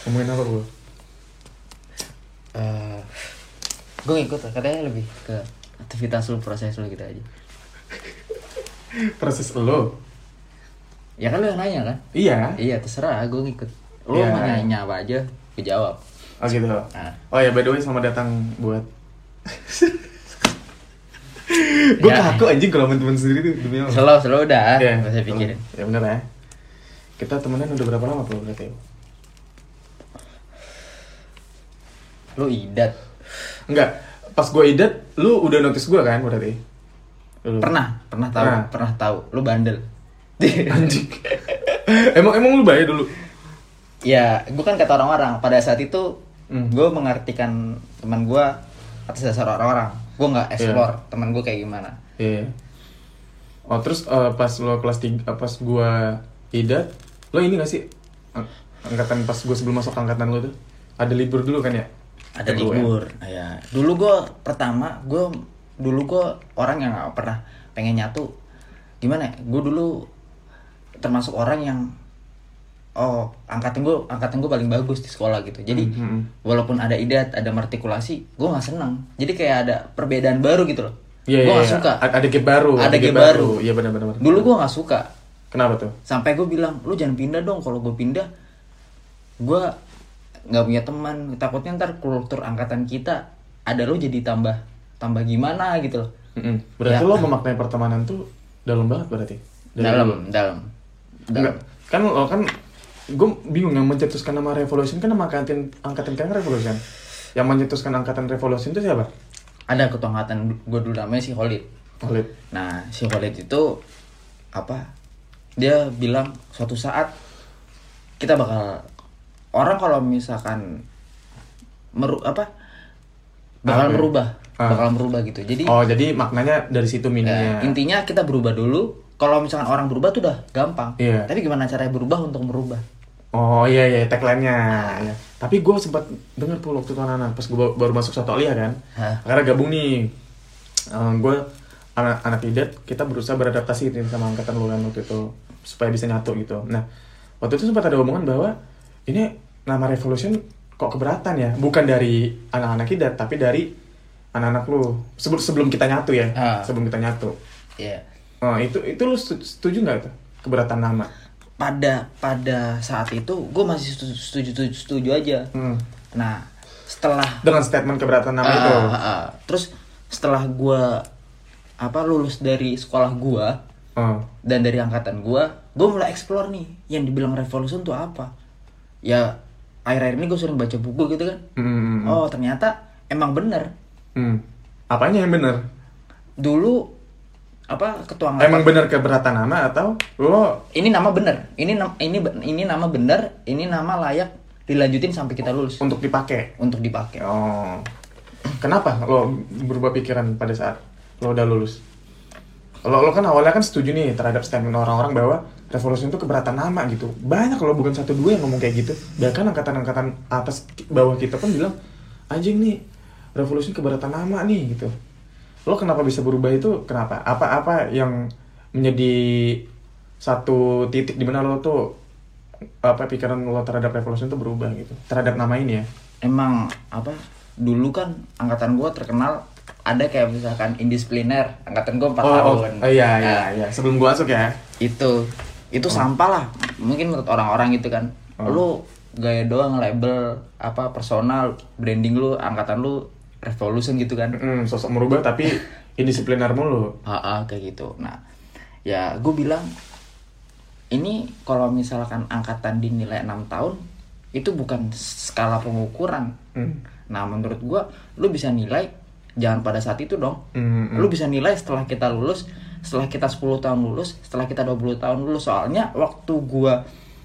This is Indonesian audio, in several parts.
Ngomongin apa gue? Gue ngikut lah, katanya lebih ke aktivitas lu, proses lu gitu aja. Proses lo? Ya kan lu yang nanya kan? Iya. Iya terserah, gue ngikut. Lu Iya. mau nanya apa aja, gue jawab. Oh gitu. Nah. Oh ya, by the way selamat datang buat gue Ya. kaku anjing kalau temen sendiri tuh demi Allah. Selalu udah, Iya. gak usah pikirin. Ya bener ya. Kita temenan udah berapa lama bro berarti? Lu idat. Enggak, pas gue idat, lu udah notice gue kan berarti? Lu. Pernah tahu. Lu bandel. Anjing. emang lu bayar dulu? Ya, gue kan kata orang-orang pada saat itu gue mengartikan teman gue atas dasar orang-orang. Gue nggak explore teman gue kayak gimana. Iya. Oh terus pas lo kelas 3, pas gue idat, lo ini gak sih? Angkatan pas gue sebelum masuk angkatan lo tuh ada libur dulu kan ya? Ada libur. Ya. Dulu gue orang yang nggak pernah pengen nyatu. Gimana? Gue dulu termasuk orang yang angkatan gue paling bagus di sekolah gitu. Jadi walaupun ada idat, ada martikulasi, gue nggak senang. Jadi kayak ada perbedaan baru gitu loh. Iya, gue nggak iya. suka. Ada gap baru. Ada gap baru. Iya benar. Dulu gue nggak suka. Kenapa tuh? Sampai gue bilang, lu jangan pindah dong. Kalau gue pindah, gue nggak punya teman. Takutnya ntar kultur angkatan kita ada lo jadi tambah gimana gitu loh. Berarti Ya. lo memaknai pertemanan tuh dalam banget berarti? Dalam. Enggak. Kan lo kan gue bingung yang mencetuskan nama Revolution kan nama angkatan kan Revolution. Yang mencetuskan angkatan Revolution itu siapa? Ada ketua angkatan gue dulu namanya si Khalid. Khalid. Nah si Khalid itu dia bilang suatu saat kita bakal orang kalau misalkan bakal merubah gitu. Jadi jadi maknanya dari situ mininya. intinya kita berubah dulu. Kalau misalkan orang berubah tuh udah gampang. Iya. Tapi gimana caranya berubah untuk merubah? Oh iya tagline-nya. Iya. Tapi gue sempat denger tuh waktu itu anak-anak pas gue baru masuk satu aliyah kan. Karena gabung nih. Gue anak idat, kita berusaha beradaptasi nih sama angkatan lu kan waktu itu supaya bisa nyatu gitu. Nah, waktu itu sempat ada omongan bahwa ini nama Revolution kok keberatan ya? Bukan dari anak-anak idat, tapi dari anak-anak lu sebelum kita nyatu ya. Sebelum kita nyatu. Iya. Itu lu setuju nggak tuh keberatan nama? Pada saat itu gue masih setuju aja. Nah setelah dengan statement keberatan nama itu. Terus setelah gue lulus dari sekolah gue dan dari angkatan gue mulai explore nih yang dibilang Revolution tuh apa. Ya akhir-akhir ini gue sering baca buku gitu kan. Oh ternyata emang bener. Apanya yang bener? Dulu ketua angkatan. Emang bener keberatan nama atau lo? Ini nama bener. Ini nama bener. Ini nama layak dilanjutin sampai kita lulus. Untuk dipakai. Oh. Kenapa lo berubah pikiran pada saat lo udah lulus? Lo kan awalnya kan setuju nih terhadap statement orang-orang bahwa Revolution itu keberatan nama gitu. Banyak kalau bukan 1-2 yang ngomong kayak gitu. Bahkan angkatan-angkatan atas bawah kita pun bilang anjing nih Revolution keberatan nama nih gitu. Lo kenapa bisa berubah itu? Kenapa? Apa yang menjadi satu titik di mana lo tuh pikiran lo terhadap Revolution tuh berubah gitu terhadap nama ini ya? Emang dulu kan angkatan gue terkenal ada kayak misalkan indisipliner. Angkatan gue 4 tahun. Iya. Sebelum gue masuk ya. Itu sampah lah. Mungkin menurut orang-orang gitu kan. Lu gaya doang label personal branding lu, angkatan lu Revolution gitu kan. Sosok merubah tapi indisipliner mulu. Kayak gitu. Nah, ya gue bilang ini kalau misalkan angkatan dinilai 6 tahun itu bukan skala pengukuran. Nah, menurut gue lu bisa nilai jangan pada saat itu dong. Lu bisa nilai setelah kita lulus, setelah kita 10 tahun lulus, setelah kita 20 tahun lulus. Soalnya waktu gue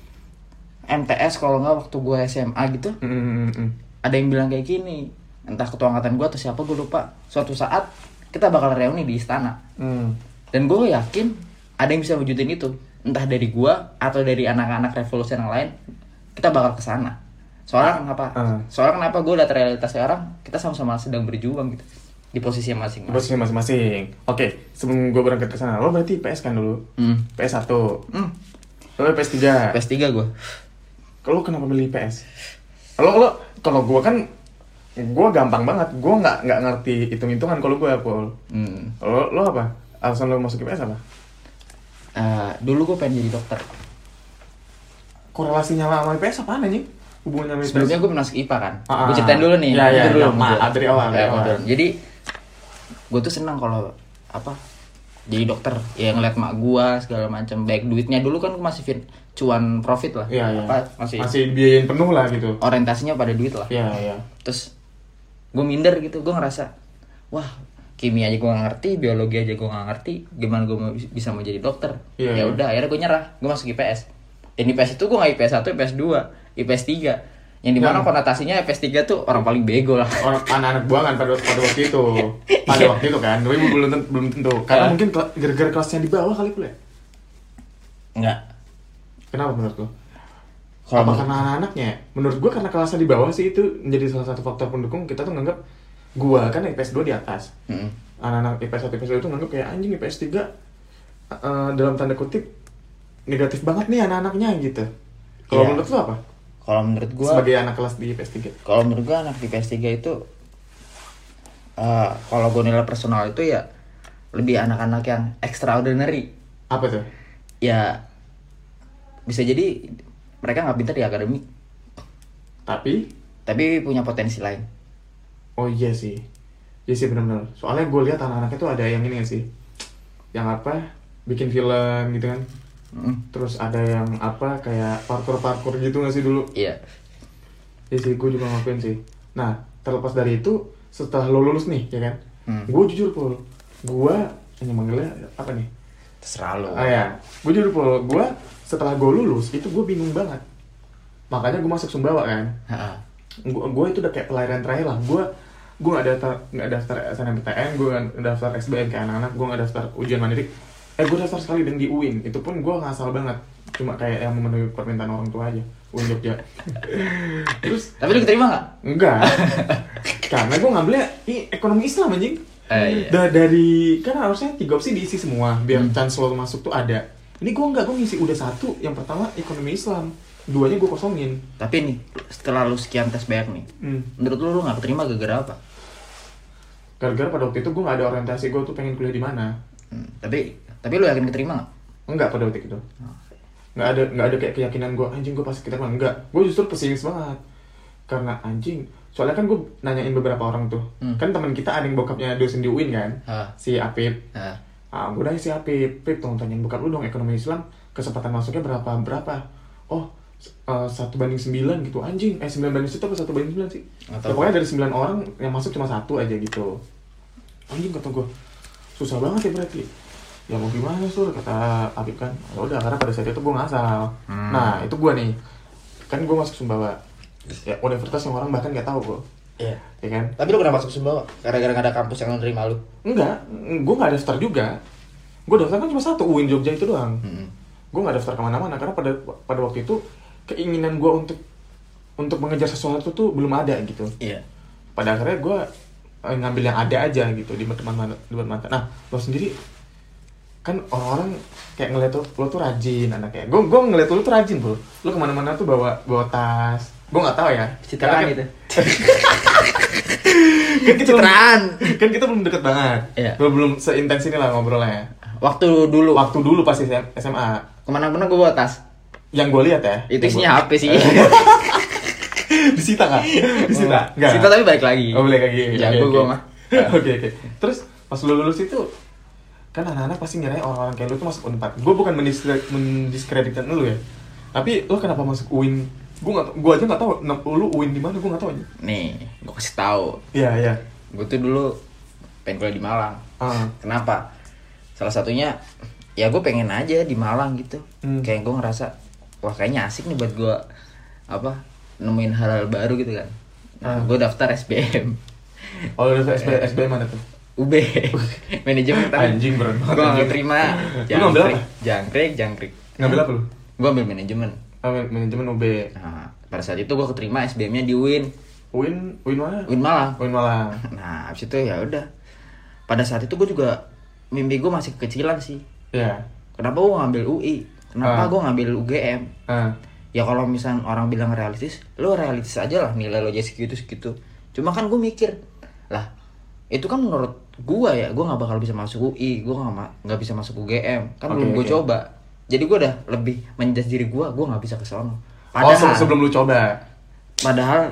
MTS kalau nggak waktu gue SMA gitu, ada yang bilang kayak gini. Entah ketua angkatan gue atau siapa gue lupa. Suatu saat kita bakal reuni di istana. Dan gue yakin ada yang bisa wujudin itu. Entah dari gue atau dari anak-anak Revolution yang lain. Kita bakal kesana. Soalnya kenapa gue lihat realitas sekarang kita sama-sama sedang berjuang gitu di posisi masing-masing. Oke, sebelum gue berangkat ke sana, lo berarti PS kan dulu? PS1. Lo PS3. PS3 gue. Lo kenapa beli PS? Kalau gue kan, gue gampang banget. Gue nggak ngerti hitung-hitungan kalau gue, Paul. Lo apa? Alasan lo masuk IPS apa? Dulu gue pengen jadi dokter. Korelasinya sama IPS apaan anjing? Hubungannya sama IPS? Sebelumnya gue masuk IPA kan. Gue ceritain dulu nih. Iya, dulu. Dari awal. Jadi gue tuh senang kalau jadi dokter. Ya ngeliat mak gue segala macam. Baik duitnya dulu kan gue masih cuan profit lah. Iya. Masih biayain penuh lah gitu. orientasinya pada duit lah. Iya. Terus gue minder gitu. Gue ngerasa, wah kimia aja gue gak ngerti, biologi aja gue gak ngerti, gimana gue bisa mau jadi dokter. Ya udah, akhirnya gue nyerah. Gue masuk IPS. Dan IPS itu gue gak IPS 1, IPS 2, IPS 3. Yang dimana konotasinya IPS 3 tuh orang paling bego lah. Orang anak-anak buangan pada waktu itu. Pada waktu itu kan, tapi belum tentu. Karena mungkin gara-gara kelasnya di bawah kali pula. Enggak. Kenapa menurut lo? Apa karena anak-anaknya? Menurut gue karena kelasnya di bawah sih itu menjadi salah satu faktor pendukung. Kita tuh nganggap, gue kan IPS 2 di atas. Anak-anak IPS 1, IPS 2 tuh nganggap kayak anjing IPS 3 dalam tanda kutip negatif banget nih anak-anaknya gitu. Kalau menurut lo apa? Kalau menurut gue sebagai anak kelas di IPS 3. Kalau menurut gue anak di IPS 3 itu kalau gue nilai personal itu ya lebih anak-anak yang extraordinary. Apa tuh? Ya bisa jadi mereka nggak pintar di akademik. Tapi punya potensi lain. Oh iya sih. Iya sih benar-benar. Soalnya gue lihat anak-anaknya tuh ada yang ini gak sih? Yang bikin film gitu kan. Terus ada yang kayak parkour gitu gak sih dulu? Iya. Iya sih, gue juga ngelakuin sih. Nah, terlepas dari itu, setelah lo lulus nih, ya kan? Gue jujur, Paul. Gue, hanya manggilnya apa nih? Terserah lo. Gue jujur, Paul. Gue setelah gue lulus, itu gue bingung banget. Makanya gue masuk Sumbawa kan. Gue itu udah kayak pelarian terakhir lah. Gue gak daftar SNMPTN, gue gak daftar SBM kayak anak-anak, gue gak daftar ujian mandiri. Gue daftar sekali dan di UIN, itu pun gue ngasal banget. Cuma kayak yang memenuhi permintaan orang tua aja, UIN Jogja. Terus tapi lu keterima gak? Enggak. Karena gue ngambilnya ekonomi Islam anjing. Iya. Dari, kan harusnya 3 opsi diisi semua, biar chance lo masuk tuh ada. Ini gue enggak, gue ngisi udah 1, yang pertama ekonomi Islam, 2-nya gue kosongin. Tapi nih, setelah lu sekian tes banyak nih, menurut lu gak keterima gara-gara apa? Gara-gara pada waktu itu gue gak ada orientasi gue tuh pengen kuliah di mana. Tapi lu yakin keterima gak? Enggak pada waktu itu. Nggak ada kayak keyakinan gue anjing gue pasti keterima. Enggak, gue justru pesimis banget. Karena anjing, soalnya kan gue nanyain beberapa orang tuh. Kan teman kita ada yang bokapnya dosen di UIN kan, si Apip. Gue nanya si Apip, tolong tanyain bokap lu dong, ekonomi Islam kesempatan masuknya berapa? Oh, 1/9 gitu anjing. 9/1 apa 1/9 sih? Ya, pokoknya dari 9 orang yang masuk cuma 1 aja gitu. Anjing kata gue, susah banget ya berarti. Ya mau gimana Sur, kata Habib kan. Ya udah, karena pada saat itu gue ngasal. Nah itu gue nih, kan gue masuk Sumbawa. Ya universitas yang orang bahkan gak tahu gue. Iya. Ya kan? Tapi lu kenapa masuk Sumbawa? Gara-gara gak ada kampus yang nerima lu? Enggak, gue gak daftar juga. Gue daftar kan cuma 1, UIN Jogja itu doang. Gue gak daftar kemana-mana, karena pada waktu itu keinginan gue untuk mengejar sesuatu tuh belum ada gitu. Iya. Pada akhirnya gue ngambil yang ada aja gitu di depan mata. Nah, lo sendiri kan orang-orang kayak ngeliat lo tuh rajin anaknya. Gue ngeliat lo tuh rajin, bro. Lo kemana-mana tuh bawa tas. Gue nggak tahu ya. Citraan gitu. Kan kita belum deket banget. Iya. Belum seintens ini lah ngobrolnya. Waktu dulu pas SMA. Kemana-mana gue bawa tas. Yang gue lihat ya. Itu isinya HP sih. Disita nggak? Disita. Nggak. Disita tapi balik lagi. Oh balik lagi. Jago gue mah. Oke. Terus pas lo lulus itu kan anak-anak pasti ngiranya orang-orang kayak lu tuh masuk Unpad. Gue bukan mendiskreditkan lu ya. Tapi lo kenapa masuk UIN? Gue aja nggak tahu. Lu UIN di mana? Gue nggak tahu aja. Nih, gue kasih tahu. Iya. Gue tuh dulu pengen kuliah di Malang. Kenapa? Salah satunya ya gue pengen aja di Malang gitu. Kayak gue ngerasa wah kayaknya asik nih buat gue nemuin hal-hal baru gitu kan. Nah, gue daftar SBM. Oh, lu daftar SBM mana tuh? UB. Manajemen tapi anjing berat banget. Gue gak terima. Lu ngambil apa? Jangkrik. Ngambil apa lu? Gue ambil manajemen. Manajemen UB. Nah, pada saat itu gue keterima SBM-nya di UIN. UIN mana? UIN Malang. UIN Malang. Nah, abis itu ya udah. Pada saat itu gue juga mimpi gue masih kekecilan sih. Iya. Kenapa gue ngambil UI? Kenapa gue ngambil UGM? Ya kalau misalnya orang bilang realistis, lo realistis aja lah, nilai lo jadi segitu. Cuma kan gue mikir, lah itu kan menurut gue ya, gue nggak bakal bisa masuk UI, gue nggak bisa masuk UGM, kan belum gue coba. Jadi gue udah lebih menjudge diri gue nggak bisa ke sono. Padahal sebelum lu coba. Padahal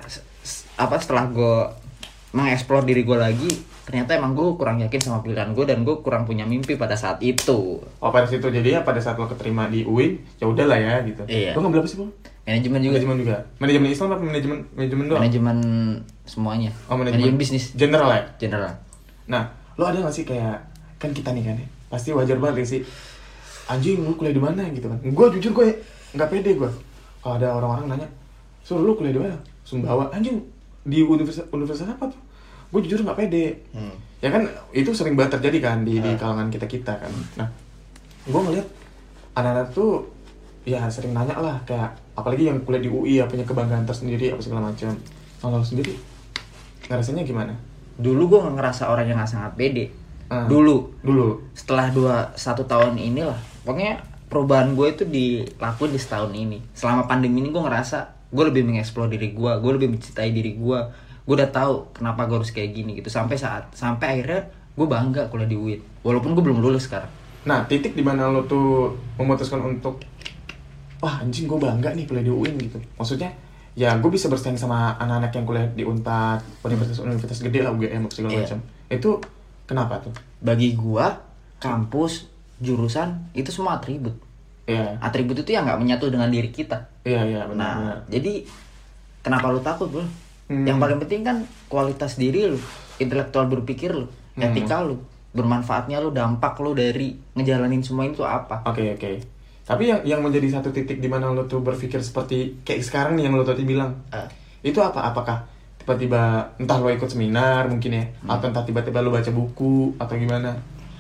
apa setelah gue mengeksplor diri gue lagi, ternyata emang gue kurang yakin sama pilihan gue dan gue kurang punya mimpi pada saat itu. Oh, pada situ jadinya pada saat lo keterima di UI, ya udahlah ya gitu. Iya. Lo ngambil apa sih, Bang? Manajemen juga. Manajemen Islam apa manajemen doang? Manajemen semuanya. Oh, manajemen bisnis. General ya? General. Nah, lo ada nggak sih kayak kan kita nih kan ya, pasti wajar banget ya sih. Anjing, lu kuliah di mana gitu kan? Gue jujur gue nggak pede gue. Kalau ada orang-orang nanya, "So, lu kuliah di mana?" Sumbawa. Anjing, di universitas apa tuh? Gue jujur nggak pede. Ya kan itu sering banget terjadi kan di kalangan kita kan. Nah, gue ngeliat anak-anak tuh ya sering nanya lah, kayak apalagi yang kuliah di UI ya punya kebanggaan tersendiri apa segala macam. Kalau lo sendiri ngerasanya gimana? Dulu gue ngerasa orang yang sangat pede. Dulu. Setelah 1 tahun inilah, pokoknya perubahan gue itu dilakuin di setahun ini. Selama pandemi ini gue ngerasa gue lebih mengeksplor diri gue lebih mencintai diri gue udah tahu kenapa gue harus kayak gini gitu, sampai akhirnya gue bangga kuliah di UIN walaupun gue belum lulus sekarang. Nah, titik di mana lo tuh memutuskan untuk wah anjing gue bangga nih kuliah di UIN gitu. Maksudnya ya gue bisa bersaing sama anak-anak yang kuliah di Unpad, universitas gede lah, UGM segala macam. Itu kenapa tuh? Bagi gue kampus, jurusan itu semua atribut. Atribut itu yang nggak menyatu dengan diri kita. Benar. Nah, jadi kenapa lu takut, bro? Yang paling penting kan kualitas diri lu, intelektual berpikir lu, etika lu, bermanfaatnya lu, dampak lu dari ngejalanin semua itu apa. Oke. Tapi yang menjadi satu titik di mana lo tuh berpikir seperti kayak sekarang nih yang lo tadi bilang, itu apa? Apakah tiba-tiba entah lo ikut seminar mungkin ya, atau entah tiba-tiba lo baca buku atau gimana?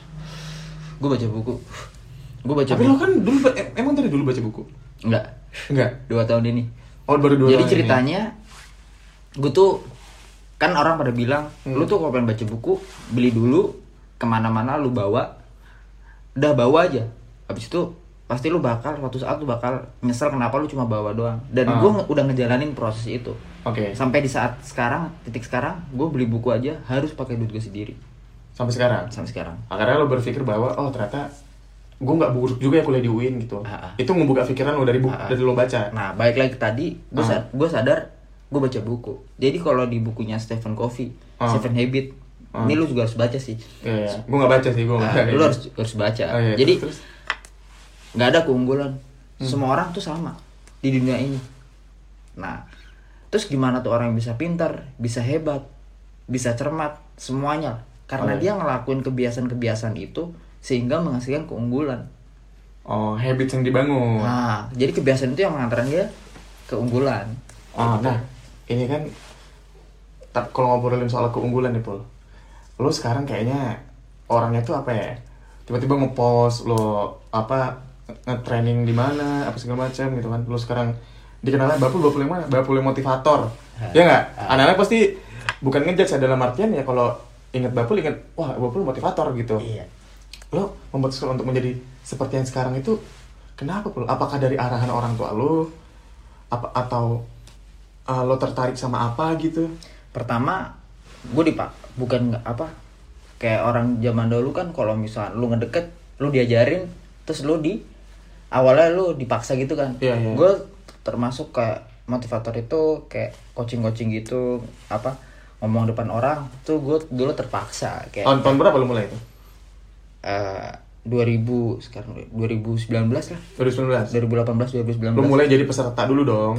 Gue baca buku. Tapi lo kan dulu emang dari dulu baca buku? Enggak. 2 tahun ini. Oh, baru 2 tahun. Jadi ceritanya gue tuh kan orang pada bilang lu tuh kalau pengen baca buku beli dulu, kemana-mana lu bawa, udah bawa aja, habis itu pasti lu bakal suatu saat lu bakal nyesel kenapa lu cuma bawa doang. Dan gue udah ngejalanin proses itu. Sampai di saat sekarang, titik sekarang gue beli buku aja harus pakai duit gue sendiri. Sampai sekarang. Akhirnya lo berpikir bahwa oh ternyata gue nggak buruk juga ya kuliah di UIN gitu. Itu membuka pikiran lo dari buku dari lo baca. Nah, balik lagi tadi gue sadar gue baca buku. Jadi kalau di bukunya Stephen Covey, Seven Habits, ini lu juga harus baca sih. Gue nggak baca sih, lu harus baca. Jadi nggak ada keunggulan. Semua orang tuh sama di dunia ini. Nah, terus gimana tuh orang yang bisa pintar, bisa hebat, bisa cermat, semuanya? Karena dia ngelakuin kebiasaan-kebiasaan itu sehingga menghasilkan keunggulan. Habits yang dibangun. Nah, jadi kebiasaan itu yang mengantarkan dia keunggulan. Nah, ini kan kalau ngobrolin soal keunggulan nih, Pul, lo sekarang kayaknya orangnya tuh apa ya? Tiba-tiba ngepost lo nge-training di mana, apa segala macam gitu kan. Lo sekarang dikenalnya Bapul yang mana? Bapul yang motivator. Ya nggak? Anak-anak pasti bukan ngejudge dalam artian ya, kalau inget Bapul inget wah Bapul motivator gitu. Iya. Lo memutuskan untuk menjadi seperti yang sekarang itu kenapa, Pul? Apakah dari arahan orang tua lo? Atau lo tertarik sama apa gitu? Pertama, gue kayak orang zaman dulu kan, kalau misalnya lu ngedeket, lu diajarin, terus awalnya lu dipaksa gitu kan. Gue termasuk kayak motivator itu kayak coaching gitu, ngomong depan orang tuh gue dulu terpaksa. Kayak tahun berapa lu mulai itu? 2019 lah. 2018 2019. Lu mulai jadi peserta dulu dong.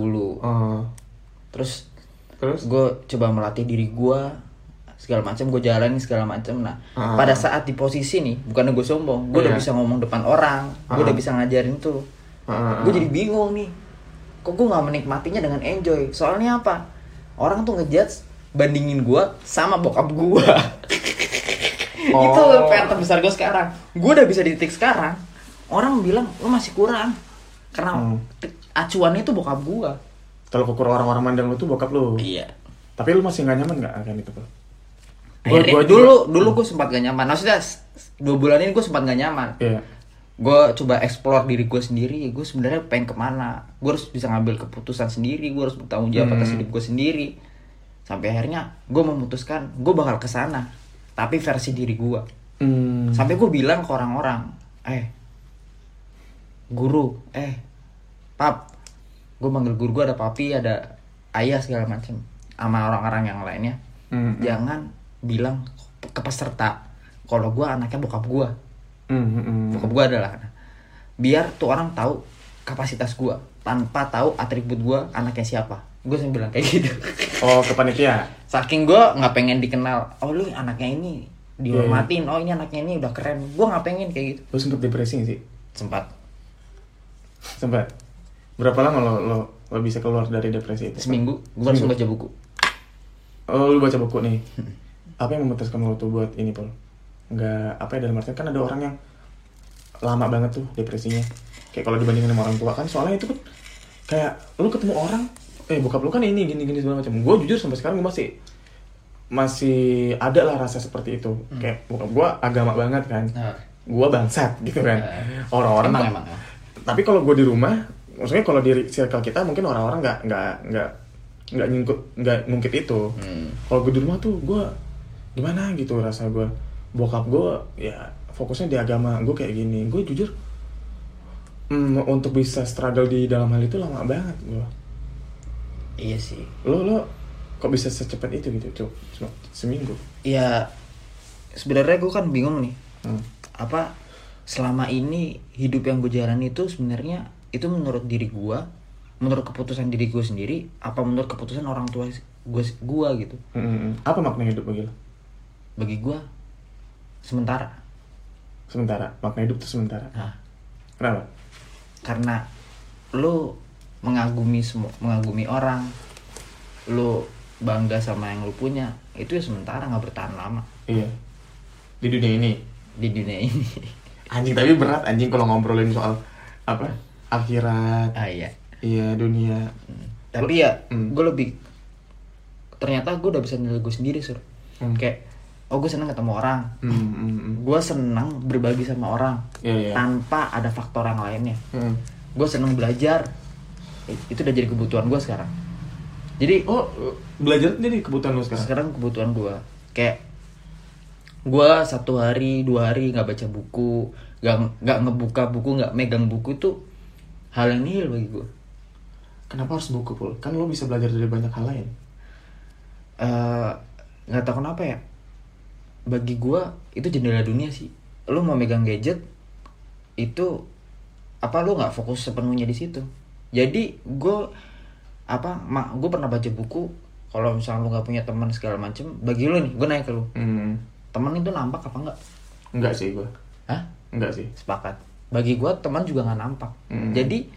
Terus gue coba melatih diri gue segala macam, gue jalanin segala macam. Nah, pada saat di posisi nih, bukannya gue sombong, gue udah bisa ngomong depan orang, gue udah bisa ngajarin tuh. Gue jadi bingung nih, kok gue nggak menikmatinya dengan enjoy? Soalnya apa? Orang tuh ngejudge, bandingin gue sama bokap gue. Itu PR terbesar gue sekarang. Gue udah bisa di titik sekarang, orang bilang lo masih kurang karena acuannya itu bokap gue. Kalau ukur orang-orang mandang lu tuh bokap lu. Iya. Tapi lu masih nggak nyaman nggak akan itu, Bro? Dulu gue sempat gak nyaman. Maksudnya 2 bulan ini gue sempat gak nyaman. Iya. gue coba explore diri gue sendiri, gue sebenarnya pengen kemana, gue harus bisa ngambil keputusan sendiri, gue harus bertanggung jawab atas hidup gue sendiri. Sampai akhirnya gue memutuskan gue bakal kesana, tapi versi diri gue. Sampai gue bilang ke orang-orang, guru, pap, gue manggil guru gue, ada papi, ada ayah segala macam, sama orang-orang yang lainnya. Jangan bilang ke peserta kalau gue anaknya bokap gue. Bokap gue adalah, biar tuh orang tahu kapasitas gue tanpa tahu atribut gue anaknya siapa. Gue sering bilang kayak gitu. Oh, ke panitia. Saking gue nggak pengen dikenal, oh lu anaknya ini dihormatin, oh ini anaknya ini udah keren. Gue nggak pengen kayak gitu. Lu sempet depresi gak sih? Sempat. Berapa lama lo bisa keluar dari depresi itu? Seminggu. Gue langsung baca buku. Oh, lu baca buku nih. Apa yang memutuskan lo tuh buat ini, Pol? Nggak, apa ya, dalam artian kan ada orang yang lama banget tuh depresinya. Kayak kalau dibandingin sama orang tua kan, soalnya itu kan kayak lu ketemu orang, bokap lu kan ini gini segala macam. Gue jujur sampai sekarang gue masih ada lah rasa seperti itu. Kayak bokap gue agama banget kan, gue bangsat gitu kan. Orang-orang emang. Tapi kalau gue di rumah, maksudnya kalau di circle kita mungkin orang-orang nggak ngungkit itu. Kalau gue di rumah tuh gue gimana gitu rasa gue. Bokap gue ya fokusnya di agama, gue kayak gini. Gue jujur untuk bisa struggle di dalam hal itu lama banget gue. Iya sih. Lo kok bisa secepat itu gitu, seminggu? Iya, sebenarnya gue kan bingung nih. Apa selama ini hidup yang gue jalani itu sebenarnya itu menurut diri gue, menurut keputusan diri gue sendiri, apa menurut keputusan orang tua gue gitu? Apa makna hidup bagi lo? Bagi gue sementara. Makna hidup tuh sementara. Kenapa? Karena lo mengagumi orang, lo bangga sama yang lo punya, itu ya sementara, nggak bertahan lama. Iya. Di dunia ini. Anjing, tapi berat anjing kalau ngobrolin soal apa? Akhirat. Iya. Iya, dunia. Tapi ya gue lebih, ternyata gue udah bisa nilai gue sendiri, Sur. Kayak gue seneng ketemu orang, gue seneng berbagi sama orang, tanpa ada faktor yang lainnya. Gue seneng belajar, itu udah jadi kebutuhan gue sekarang. Jadi belajar jadi kebutuhan lo sekarang? Sekarang kebutuhan gue. Kayak gue 1 hari 2 hari nggak baca buku, nggak ngebuka buku, nggak megang buku, itu hal yang nihil bagi gue. Kenapa harus buku, Pul? Kan lo bisa belajar dari banyak hal lain. Nggak tahu kenapa ya, bagi gue itu jendela dunia sih. Lu mau megang gadget itu apa, lu nggak fokus sepenuhnya di situ. Jadi gue pernah baca buku, kalau misalnya lu nggak punya teman segala macem, bagi lu nih, gue nanya ke lu, teman itu nampak apa enggak? Enggak sih gue. Hah? Enggak sih. Sepakat. Bagi gue teman juga nggak nampak. Jadi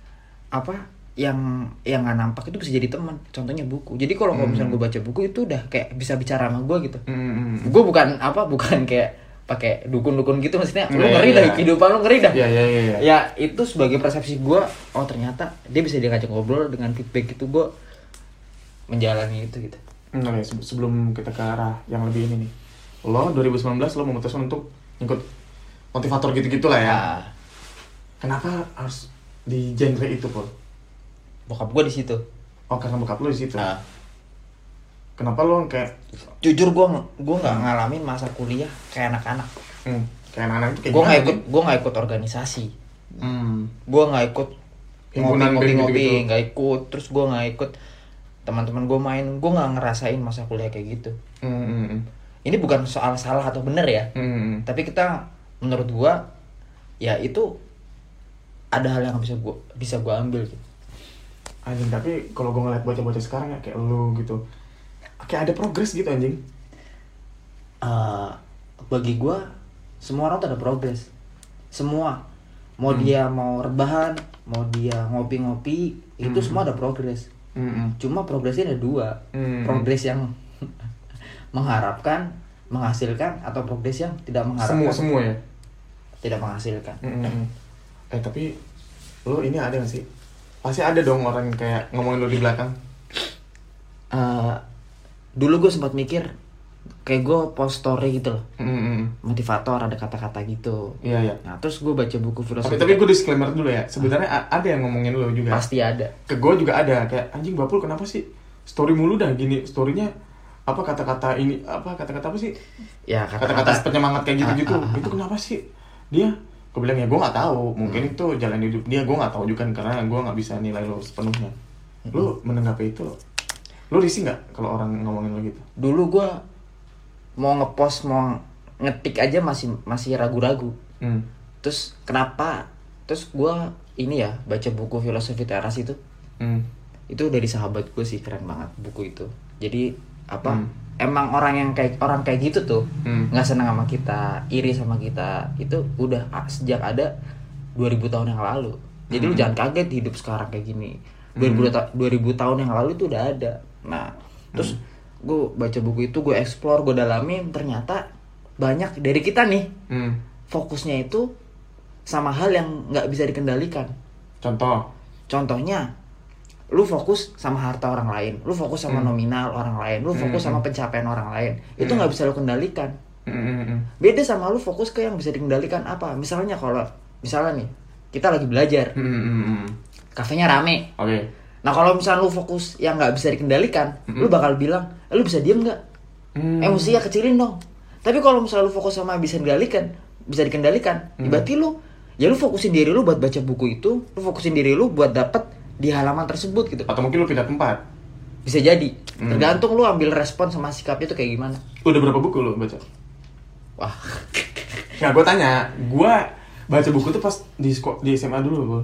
yang nggak nampak itu bisa jadi teman. Contohnya buku. Jadi kalau misalnya gue baca buku itu udah kayak bisa bicara sama gue gitu. Gue bukan kayak pakai dukun-dukun gitu, maksudnya lu ngeri dah, kehidupan lu ngeri dah. Iya. Ya itu sebagai persepsi gue, oh ternyata dia bisa diajak ngobrol dengan feedback itu, gue menjalani itu gitu. Oke, sebelum kita ke arah yang lebih ini nih, lo 2019 lo memutuskan untuk ikut motivator gitu-gitu lah ya. Kenapa harus di genre itu, Pol? Bokap gue di situ. Oh, karena bokap lo di situ. Kenapa lo kayak? Jujur gue nggak ngalamin masa kuliah kayak anak-anak. Kayak anak-anak itu kayak gue nggak ikut organisasi. Gue nggak ikut ngopi-ngopi, nggak ikut. Terus gue nggak ikut teman-teman gue main. Gue nggak ngerasain masa kuliah kayak gitu. Ini bukan soal salah atau benar ya. Tapi menurut gue ya itu ada hal yang bisa gue ambil gitu. Anjing, tapi kalau gue ngeliat bocah-bocah sekarang ya kayak lu gitu, kayak ada progres gitu anjing. Bagi gue semua orang tuh ada progres. Semua, mau dia mau rebahan, mau dia ngopi-ngopi, itu semua ada progres. Cuma progresnya ada 2. Progres yang mengharapkan, menghasilkan, atau progres yang tidak mengharapkan. Semua ya? Tidak menghasilkan. Tapi lo ini ada gak sih? Pasti ada dong orang kayak ngomongin lo di belakang. Dulu gue sempat mikir, kayak gue post story gitu loh, Mm-mm. motivator, ada kata-kata gitu. Iya. Nah terus gue baca buku filosofi. Tapi gue disclaimer dulu ya. Sebenarnya ada yang ngomongin lo juga. Pasti ada. Ke gue juga ada kayak anjing Bapul kenapa sih story mulu dah gini storynya apa kata-kata ini kata-kata apa sih? Ya Kata-kata penyemangat kayak gitu-gitu. Itu kenapa sih dia? Gue bilang ya gue nggak tahu. Mungkin itu jalan hidup dia. Gue nggak tahu juga kan karena gue nggak bisa nilai lo sepenuhnya. Lo menanggapi itu? Lo risih nggak kalau orang ngomongin lo gitu? Dulu gue mau ngepost, mau ngetik aja masih ragu-ragu. Terus kenapa? Terus gue ini ya baca buku filosofi teras itu. Itu dari sahabat gue sih, keren banget buku itu. Jadi emang orang kayak gitu tuh nggak senang sama kita, iri sama kita, itu udah sejak ada 2000 tahun yang lalu. Jadi lu jangan kaget hidup sekarang kayak gini. 2000 tahun yang lalu itu udah ada. Nah terus gue baca buku itu, gue explore, gue dalamin, ternyata banyak dari kita nih fokusnya itu sama hal yang nggak bisa dikendalikan. Contohnya lu fokus sama harta orang lain, lu fokus sama nominal orang lain, lu fokus sama pencapaian orang lain, itu nggak bisa lu kendalikan. Beda sama lu fokus ke yang bisa dikendalikan. Apa misalnya nih kita lagi belajar, kafenya rame. Nah kalau misalnya lu fokus yang nggak bisa dikendalikan, lu bakal bilang lu bisa diem nggak, emosinya kecilin dong. Tapi kalau misalnya lu fokus sama bisa dikendalikan, berarti lu fokusin diri lu buat baca buku itu, lu fokusin diri lu buat dapet di halaman tersebut gitu. Atau mungkin lu pindah tempat. Bisa jadi. Tergantung lu ambil respon sama sikapnya tuh kayak gimana. Udah berapa buku lu baca? Wah. Nah, gue tanya, gue baca buku tuh pas di SMA dulu, Bu.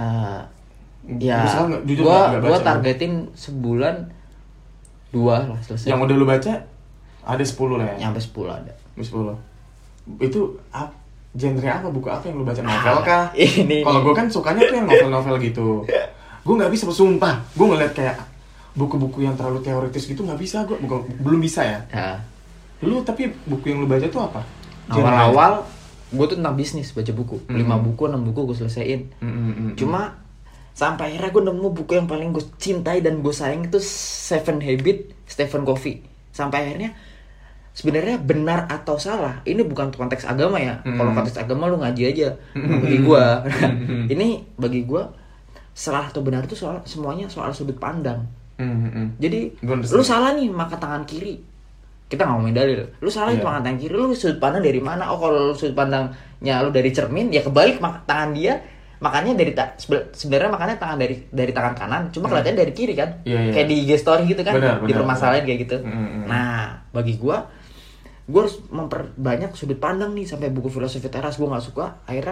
Ya, gue targetin sebulan 2 lah selesai. Yang udah lu baca ada 10 lah ya? Nyampe 10 ada. 10. Itu genre apa, buku apa yang lu baca? Novel kah? Ini. Kalau gue kan sukanya tuh yang novel-novel gitu. Gue nggak bisa, sumpah. Gue ngeliat kayak buku-buku yang terlalu teoritis gitu nggak bisa. Gue belum bisa ya. Lu tapi buku yang lu baca tuh apa? Awal-awal gue tuh tentang bisnis, baca buku 5 buku, 6 buku gue selesaiin. Cuma sampai akhirnya gue nemu buku yang paling gue cintai dan gue sayang itu 7 Habits Stephen Covey. Sampai akhirnya sebenarnya benar atau salah ini bukan konteks agama ya. Kalau konteks agama lu ngaji aja. Bagi gue ini bagi gue salah atau benar itu semuanya soal sudut pandang. Jadi lu salah nih makan tangan kiri, kita nggak ngomongin dalil. Lu salah itu makan tangan kiri, lu sudut pandang dari mana? Oh kalau sudut pandangnya lu dari cermin, ya kebalik tangan dia makannya dari sebenarnya makannya tangan dari tangan kanan, cuma kelihatannya dari kiri kan. Kayak di IG story gitu kan, dipermasalahin kayak gitu. Nah bagi gue harus memperbanyak sudut pandang nih. Sampai buku filosofi teras gue nggak suka, akhirnya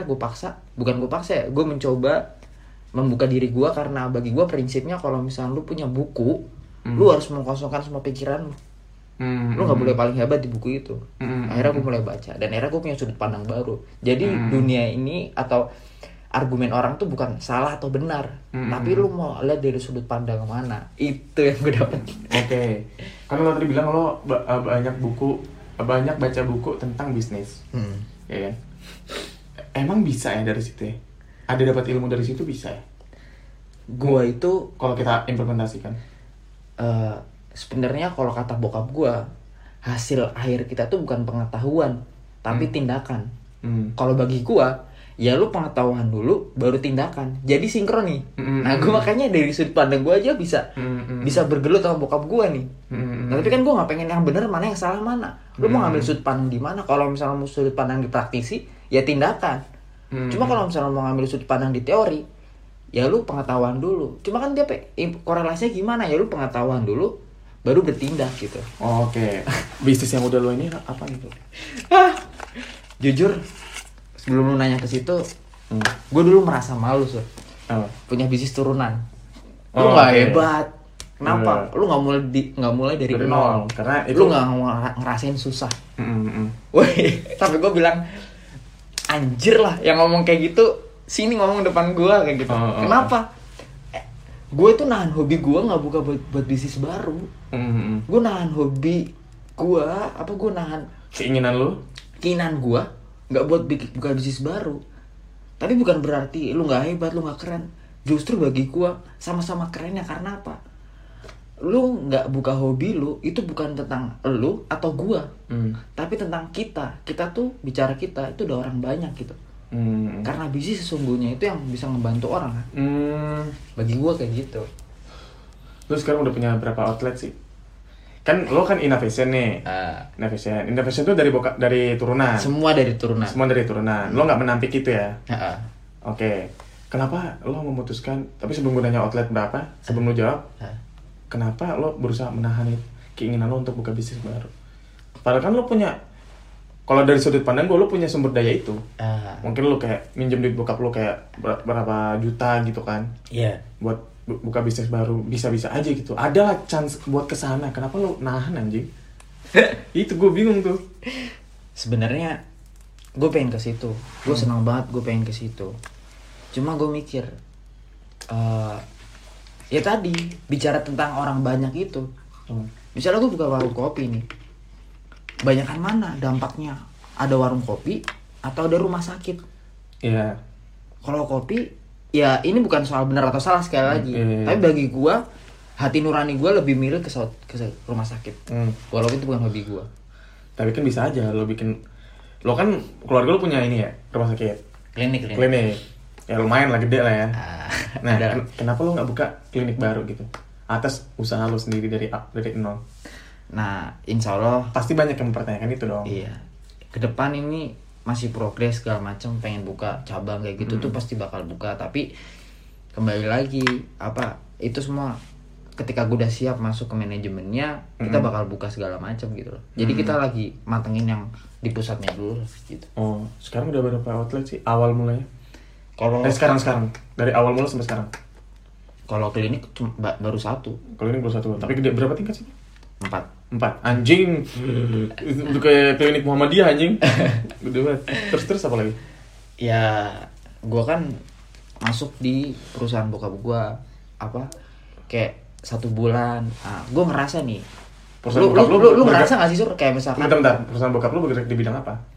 gue mencoba membuka diri gue, karena bagi gue prinsipnya kalau misalnya lu punya buku, lu harus mengkosongkan semua pikiran lu. Lu nggak boleh paling hebat di buku itu. Akhirnya gue mulai baca dan akhirnya gue punya sudut pandang baru. Jadi dunia ini atau argumen orang tuh bukan salah atau benar, tapi lu mau lihat dari sudut pandang mana. Itu yang gue dapet. Oke. Karena lo tadi bilang lo banyak baca buku tentang bisnis, ya kan? Emang bisa ya dari situ ya? Ada dapat ilmu dari situ bisa ya? Gua itu kalau kita implementasikan, sebenarnya kalau kata bokap gua, hasil akhir kita tuh bukan pengetahuan, tapi tindakan. Kalau bagi gua, ya lu pengetahuan dulu, baru tindakan. Jadi sinkron nih. Nah gua makanya dari sudut pandang gua aja bisa bergelut sama bokap gua nih. Nah, tapi kan gua nggak pengen yang benar mana yang salah mana. Lu mau ngambil sudut pandang di mana? Kalau misalnya mau sudut pandang dipraktisi, ya tindakan. Cuma kalau misalnya mau ngambil sudut pandang di teori, ya lu pengetahuan dulu. Cuma kan dia korelasinya gimana? Ya lu pengetahuan dulu, baru bertindak gitu. Oke. Bisnis yang udah lo ini apa gitu? Jujur, sebelum lu nanya ke situ, gue dulu merasa malu punya bisnis turunan. Lu nggak hebat. Kenapa? Lu nggak mulai dari nol. Karena itu lu nggak ngerasain susah. Woi, tapi gue bilang anjir lah yang ngomong kayak gitu, sini ngomong depan gue kayak gitu. Kenapa? Gue tuh nahan hobi gue nggak buka buat bisnis baru. Gue nahan hobi gue, gue nahan keinginan gue nggak buat buka bisnis baru. Tapi bukan berarti lu nggak hebat, lu nggak keren. Justru bagi gue sama-sama kerennya. Karena apa? lu nggak buka hobi lu, itu bukan tentang lu atau gua, tapi tentang kita tuh bicara kita itu udah orang banyak gitu. Karena bisnis sesungguhnya itu yang bisa ngebantu orang kan. Bagi gua kayak gitu. Lu sekarang udah punya berapa outlet sih? Kan lo kan Innovation nih. Innovation tuh dari turunan. Semua dari turunan. Lo nggak menampik itu ya? Oke. Kenapa lo memutuskan? Tapi sebelum gue nanya outlet berapa, sebelum lo jawab, kenapa lo berusaha menahan keinginan lo untuk buka bisnis baru? Padahal kan lo punya, kalau dari sudut pandang gue, lo punya sumber daya itu. Mungkin lo kayak minjem duit bokap lo kayak berapa juta gitu kan? Iya. Buat buka bisnis baru, bisa-bisa aja gitu. Ada lah chance buat kesana. Kenapa lo nahan anjing? Itu gue bingung tuh. Sebenarnya gue pengen ke situ. Gue senang banget gue pengen ke situ. Cuma gue mikir, ya tadi bicara tentang orang banyak itu. Misalnya gue buka warung kopi nih, banyakan mana dampaknya? Ada warung kopi atau ada rumah sakit? Iya. Kalau kopi, ya ini bukan soal benar atau salah sekali lagi. Tapi bagi gue, hati nurani gue lebih milih ke rumah sakit. Walaupun itu bukan hobi gue. Tapi kan bisa aja lo bikin, lo kan keluarga lo punya ini ya, rumah sakit. Klinik. Ya lumayan lah, gede lah ya. Nah, kenapa lo nggak buka klinik baru gitu? Atas usaha lo sendiri dari nol. Nah, insya Allah pasti banyak yang mempertanyakan itu dong. Iya. Kedepan ini masih progres segala macam, pengen buka cabang kayak gitu tuh pasti bakal buka. Tapi kembali lagi itu semua ketika gue udah siap masuk ke manajemennya, kita bakal buka segala macam gitu loh. Jadi kita lagi matengin yang di pusatnya dulu gitu. Oh, sekarang udah berapa outlet sih awal mulanya? Kalau sekarang dari awal mula sampai sekarang. Kalau klinik baru 1. Klinik baru 1. Tapi gede berapa tingkat sih? 4. Anjing. Itu kayak klinik Muhammadiyah anjing. Gede banget. Terus apa lagi? Ya, gua kan masuk di perusahaan bokap gua kayak 1 bulan. Gua ngerasa nih. Lu ngerasa nggak sih Sur kayak misalkan? Bentar. Perusahaan bokap lu bergerak di bidang apa?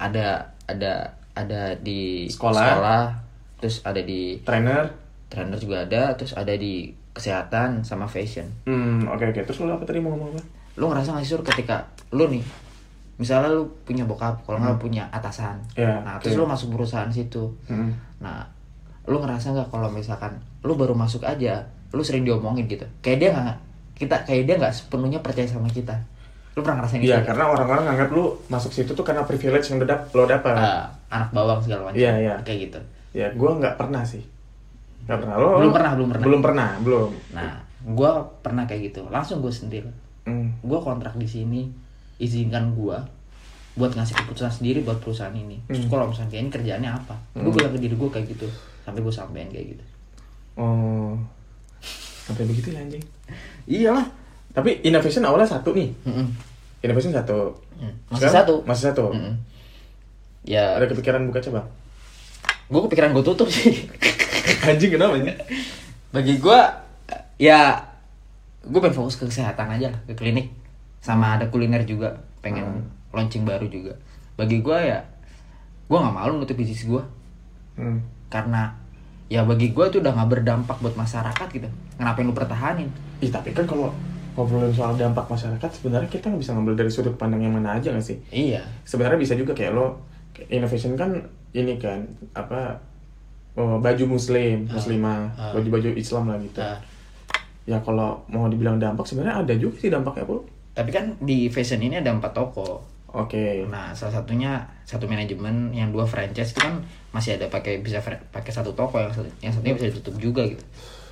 Ada di sekolah. Terus ada di trainer juga ada, terus ada di kesehatan sama fashion. Oke. Terus lu apa tadi mau ngomong apa? Lu ngerasa nggak sih Sur ketika lu nih, misalnya lu punya bokap, kalau nggak punya atasan, terus lu masuk perusahaan situ, nah lu ngerasa nggak kalau misalkan lu baru masuk aja, lu sering diomongin gitu, kayak dia nggak sepenuhnya percaya sama kita. Lu pernah ngerasain gitu? Iya, karena orang-orang nganggap lu masuk situ tuh karena privilege yang lo dapat. Anak bawang segala macam. Iya. Kayak gitu. Ya, gue nggak pernah sih. Nggak pernah. Belum pernah. Nah, gue pernah kayak gitu. Langsung gue sendiri. Gue kontrak di sini, izinkan gue buat ngasih keputusan sendiri buat perusahaan ini. Terus kalau misalnya kayak ini kerjaannya apa? Gue bilang ke diri gue kayak gitu. Sampai gue sampein kayak gitu. Oh, sampai begitu ya anjing. Iyalah. Tapi Innovation awalnya 1 nih. Innovation 1. Masih satu. Ya. Ada kepikiran buka cabang? Gue kepikiran gue tutup sih. Anjing kenapa ya? Bagi gue, ya gue pengen fokus ke kesehatan aja, ke klinik. Sama ada kuliner juga, pengen launching baru juga. Bagi gue ya, gue gak malu nutup bisnis gue. Karena ya bagi gue itu udah gak berdampak buat masyarakat gitu. Kenapa lu pertahanin? Tapi kan kalau ngobrolin soal dampak masyarakat, sebenarnya kita nggak bisa ngambil dari sudut pandang yang mana aja nggak sih? Iya. Sebenarnya bisa juga kayak lo, Innovation kan ini kan baju muslimah, baju Islam lah gitu. Ya kalau mau dibilang dampak, sebenarnya ada juga sih dampaknya bro. Tapi kan di fashion ini ada 4 toko. Oke. Nah, salah satunya 1 manajemen, yang 2 franchise itu kan masih ada bisa pakai 1 toko, yang satunya bisa ditutup juga gitu.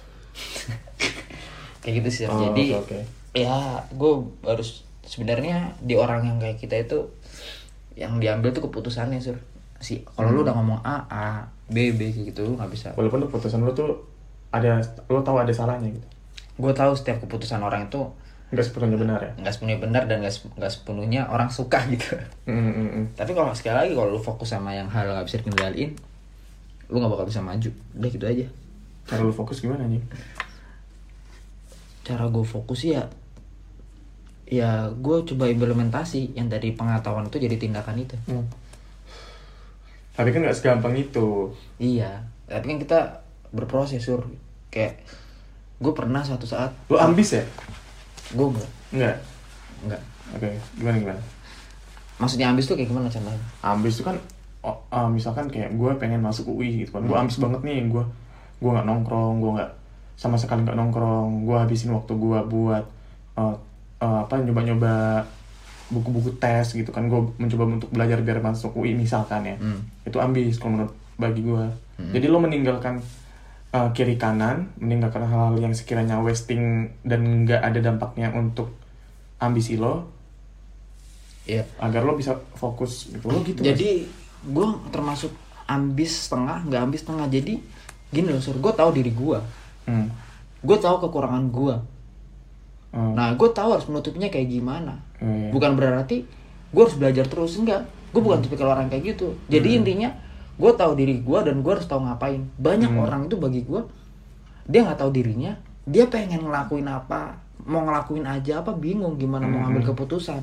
Kayak gitu sih. Jadi ya gue harus sebenarnya di orang yang kayak kita itu yang diambil tuh keputusannya Sur. Kalau lu udah ngomong A, B gitu lu nggak bisa. Walaupun keputusan lu tuh lu tahu ada salahnya gitu. Gue tahu setiap keputusan orang itu nggak sepenuhnya benar ya. Nggak sepenuhnya benar dan nggak sepenuhnya orang suka gitu. Tapi kalau sekali lagi kalau lu fokus sama yang hal nggak bisa dikendaliin, lu nggak bakal bisa maju. Udah gitu aja. Cara lu fokus gimana nih? Cara gue fokus ya gue coba implementasi yang dari pengetahuan itu jadi tindakan itu. Tapi kan nggak segampang itu. Iya, tapi kan kita berproses Sur. Kayak Gue pernah suatu saat. Lo ambis ya? Gue enggak. Oke, gimana? Maksudnya ambis tuh kayak gimana contohnya? Ambis tuh kan misalkan kayak gue pengen masuk UI gitu kan. Gue ambis banget nih, gue nggak nongkrong, gue nggak sama sekali nggak nongkrong. Gue habisin waktu gue buat nyoba-nyoba buku-buku tes gitu kan. Gue mencoba untuk belajar biar masuk UI misalkan ya. Itu ambis kalau menurut bagi gue. Jadi lo meninggalkan kiri kanan, meninggalkan hal-hal yang sekiranya wasting dan nggak ada dampaknya untuk ambisi lo. Iya. Agar lo bisa fokus gitu. Lo gitu. Jadi gue termasuk ambis setengah, nggak ambis setengah. Jadi gini loh, gue tahu diri gue. Gue tahu kekurangan gue. Nah, gue tahu harus menutupnya kayak gimana. Bukan berarti gue harus belajar terus, enggak. Gue bukan tipikal orang kayak gitu. Jadi intinya gue tahu diri gue dan gue harus tahu ngapain. Banyak orang itu bagi gue, dia nggak tahu dirinya, dia pengen ngelakuin apa, mau ngelakuin aja apa, bingung gimana mau ngambil keputusan.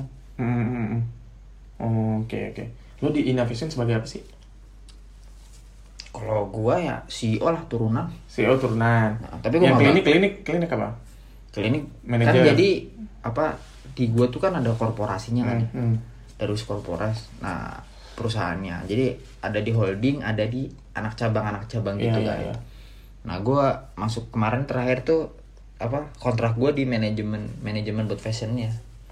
Oke. Lo di Innovation sebagai apa sih? Kalau gue ya CEO lah, turunan. CEO turunan. Nah, tapi gue klinik apa? Klinik manager. Kan jadi apa di gue tuh kan ada korporasinya kan. Terus korporas. Nah, perusahaannya. Jadi ada di holding, ada di anak cabang gitu kan. Iya. Nah, gue masuk kemarin terakhir tuh kontrak gue di manajemen buat fashionnya.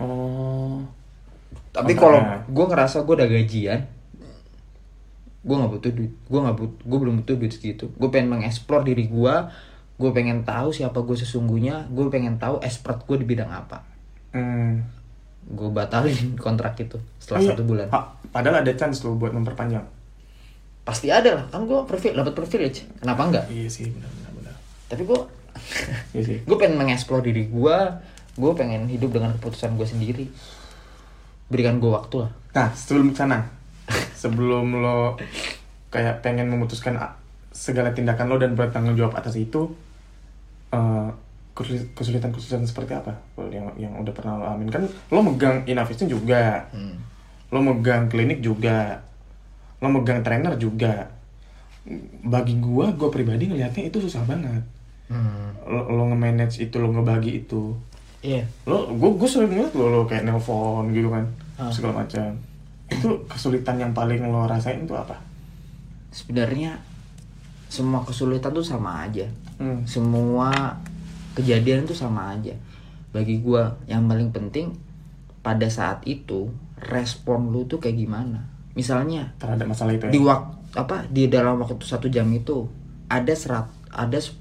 Tapi kalau gue ngerasa gue udah gajian, gue nggak butuh duit. Gue belum butuh duit segitu. Gue pengen mengeksplor diri gue. Gue pengen tahu siapa gue sesungguhnya. Gue pengen tahu expert gue di bidang apa. Gue batalin kontrak itu setelah 1 bulan. Padahal ada chance lo buat memperpanjang. Pasti ada lah, kan gue dapat privilege. Kenapa enggak? Iya sih, benar. Tapi gue iya sih. Gue pengen mengeksplor diri gue. Gue pengen hidup dengan keputusan gue sendiri. Berikan gue waktu lah. Nah, sebelum sana, sebelum lo kayak pengen memutuskan segala tindakan lo dan bertanggung jawab atas itu, kesulitan seperti apa yang udah pernah lo alamin? Kan lo megang Innovation juga, lo megang klinik juga, lo megang trainer juga. Bagi gue pribadi ngelihatnya itu susah banget. Lo nge-manage itu, lo ngebagi itu. Iya. Gue sering ngeliat lo kayak nelpon gitu kan, segala macam. Itu kesulitan yang paling lo rasain itu apa? Sebenarnya semua kesulitan tuh sama aja. Semua kejadian itu sama aja. Bagi gua yang paling penting pada saat itu respon lu tuh kayak gimana. Misalnya terhadap masalah itu ya? Di dalam waktu 1 jam itu ada 10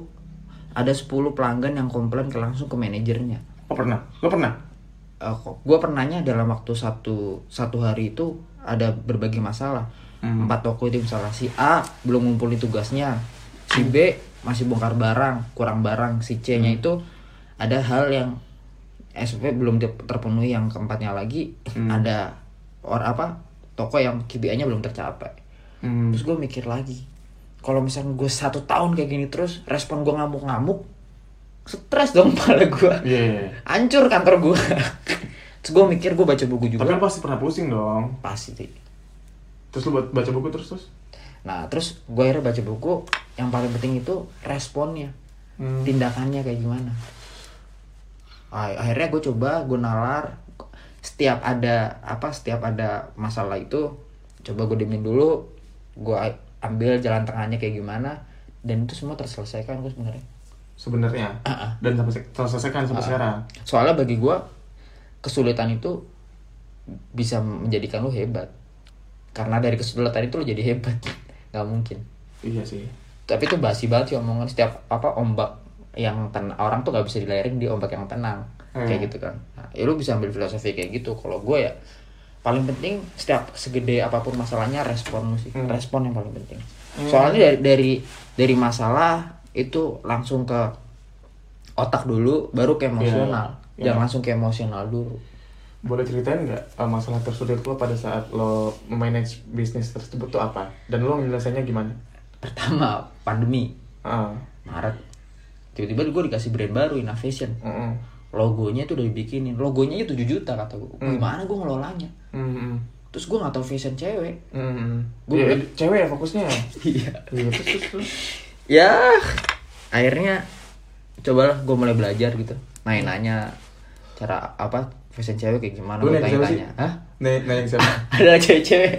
pelanggan yang komplain langsung ke manajernya. Oh pernah? Lo pernah? Gua pernahnya dalam waktu satu hari itu ada berbagai masalah. 4 toko itu misalnya si A belum ngumpulin tugasnya, si B masih bongkar barang, kurang barang, si C-nya itu ada hal yang SOP belum terpenuhi, yang keempatnya lagi ada toko yang KPI-nya belum tercapai. Terus gue mikir lagi, kalau misalnya gue 1 tahun kayak gini terus, respon gue ngamuk-ngamuk, stres dong kepala gue. Hancur kantor gue. Terus gue mikir, gue baca buku juga. Tapi lo pasti pernah pusing dong. Pasti. Terus lo baca buku terus? Nah terus gue akhirnya baca buku. Yang paling penting itu responnya, tindakannya kayak gimana. Akhirnya gue coba, gue nalar. Setiap ada masalah itu, coba gue diemin dulu, gue ambil jalan tengahnya kayak gimana, dan itu semua terselesaikan gue sebenarnya. Dan terselesaikan sampai sekarang. Soalnya bagi gue kesulitan itu bisa menjadikan lo hebat, karena dari kesulitan itu lo jadi hebat. Nggak mungkin. Iya sih. Tapi itu basi banget sih omongan. Setiap ombak yang orang tuh nggak bisa dilayarin di ombak yang tenang. Kayak gitu kan. Nah, ya lu bisa ambil filosofi kayak gitu. Kalau gue ya paling penting setiap segede apapun masalahnya, respon lu sih. Respon yang paling penting. Soalnya dari masalah itu langsung ke otak dulu, baru ke emosional. Jangan langsung ke emosional dulu. Boleh ceritain nggak masalah tersulit lo pada saat lo memanage bisnis tersebut tuh apa? Dan lo menyelesainya gimana? Pertama, pandemi. Maret. Tiba-tiba gue dikasih brand baru, Innovation. Logonya tuh udah dibikinin. Logonya itu 7 juta kata gue. Gimana gue ngelolanya? Terus gue gak tahu fashion cewek. Cewek ya fokusnya. Iya. Terus. Ya, akhirnya cobalah gue mulai belajar gitu, nanya cara apa fashion cewek kayak gimana. Lu Gue nanya siapa sih? tanya, hah? Nanya siapa? Ada cewek-cewek.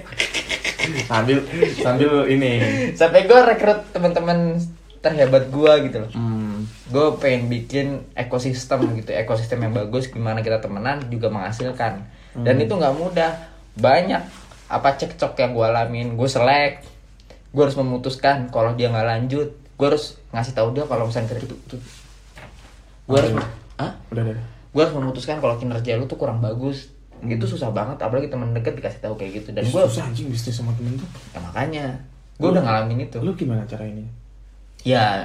sambil ini. Sampai gue rekrut teman-teman terhebat gue gitu loh. Hmm. Gue pengen bikin ekosistem gitu, ekosistem yang bagus, gimana kita temenan juga menghasilkan. Dan itu nggak mudah, banyak apa cekcok yang gue alamin. Gue selek, gue harus memutuskan kalau dia nggak lanjut, gue harus ngasih tahu dia kalau misalnya gue harus, Udah. gue harus memutuskan kalau kinerja lu tuh kurang bagus. Itu susah banget, apalagi teman deket dikasih tahu kayak gitu. Dan gue susah anjing bisnis sama temen tuh. ya makanya gue udah ngalamin itu. Lu gimana cara ini? Ya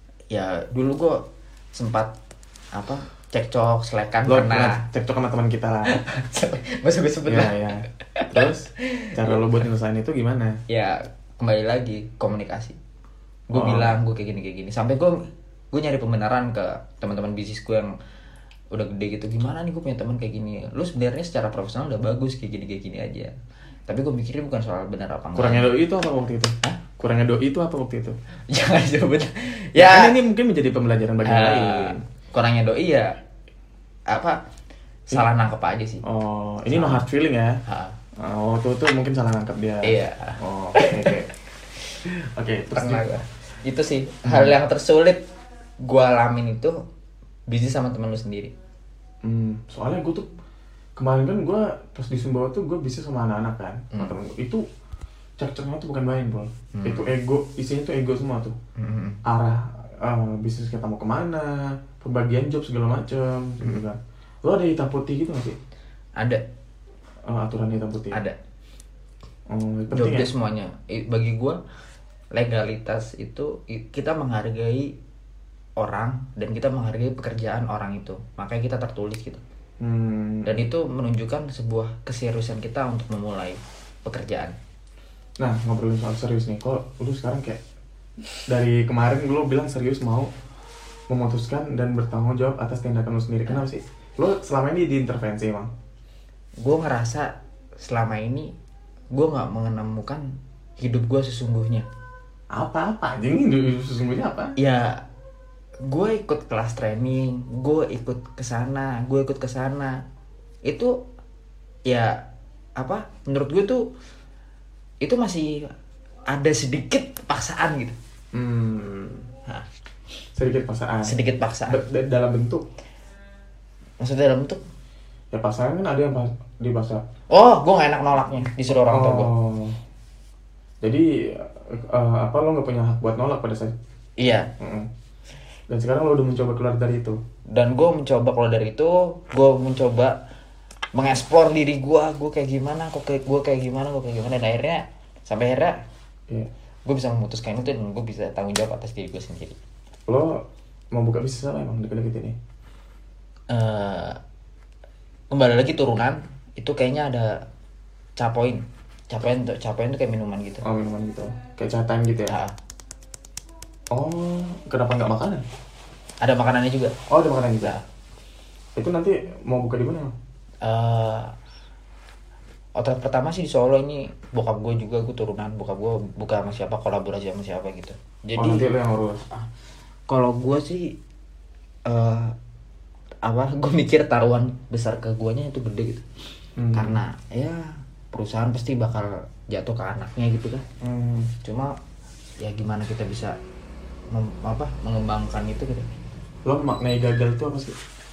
dulu gue sempat apa cekcok selekan Lo karena cekcok sama teman kita lah. masa gue sebut lah. Ya. Terus cara lo buat nyelesain itu gimana? Ya kembali lagi komunikasi. Gue bilang gue kayak gini sampai gue nyari pembenaran ke teman-teman bisnis gue yang udah gede gitu. Gimana nih gue punya teman kayak gini, lu sebenarnya secara profesional udah bagus kayak gini aja, tapi gue mikirnya bukan soal benar apa enggak. Kurangnya doi itu apa waktu itu? Kurangnya doi itu apa waktu itu? Jangan sebut Ya kan ini mungkin menjadi pembelajaran bagi yang lain. Kurangnya doi ya apa, salah nangkep aja sih. Oh, ini no hard feeling ya? Oh, tuh mungkin salah nangkep dia. Iya. Oh, oke. Oke, terus Pernah gue. Itu sih hal yang tersulit gue alamin itu bisnis sama temen lu sendiri. Soalnya gue tuh kemarin kan gue pas di Sumbawa tuh gue bisnis sama anak-anak kan, sama temen gue. Itu cek-ceknya tuh bukan main, Bol. Itu ego, isinya tuh ego semua tuh. Arah bisnis kita mau kemana, pembagian job segala macem, gitu kan. Lo ada hitam putih gitu gak sih? Ada. Aturan hitam putih? Ada. Penting Job ya? desk semuanya. Bagi gue legalitas itu kita menghargai orang dan kita menghargai pekerjaan orang itu, makanya kita tertulis gitu. Dan itu menunjukkan sebuah keseriusan kita untuk memulai pekerjaan. Nah, ngobrolin soal serius nih, kok lu sekarang kayak dari kemarin lu bilang serius mau memutuskan dan bertanggung jawab atas tindakan lu sendiri. Kenapa sih? Lu selama ini diintervensi emang? Gue ngerasa selama ini gue nggak menemukan hidup gue sesungguhnya. Apa anjing, hidup sesungguhnya apa? Ya gue ikut kelas training, gue ikut kesana, itu ya apa, menurut gue tuh itu masih ada sedikit paksaan gitu. Sedikit paksaan Dalam bentuk? Maksudnya dalam bentuk? Ya paksaan kan ada yang dipaksa. Oh, gue gak enak nolaknya, disuruh orang tua gue. Jadi apa, lo gak punya hak buat nolak pada saat? Iya. Dan sekarang lo udah mencoba keluar dari itu. Dan gue mencoba keluar dari itu, gue mencoba mengeksplor diri gue kayak gimana, gue kayak gimana, dan akhirnya sampai akhirnya gue bisa memutuskan itu dan gue bisa tanggung jawab atas diri gue sendiri. Lo mau buka bisnis apa emang deket-deket ini? Kembali lagi turunan itu kayaknya ada capoin tuh kayak minuman gitu. Oh, minuman gitu, kayak catain gitu ya? Oh, kenapa nggak makanan? Ada makanannya juga. Oh, ada makanan juga. Itu nanti mau buka di mana? Outlet pertama sih di Solo. Ini bokap gue juga, gue turunan bokap gue buka sama siapa, kolaborasi sama siapa gitu. Jadi nanti lo yang urus. Kalau gue sih gue mikir taruhan besar ke guanya itu gede gitu. Karena ya perusahaan pasti bakal jatuh ke anaknya gitu kan. Cuma ya gimana kita bisa mengembangkan itu gitu. Lo maknai gagal itu apa sih?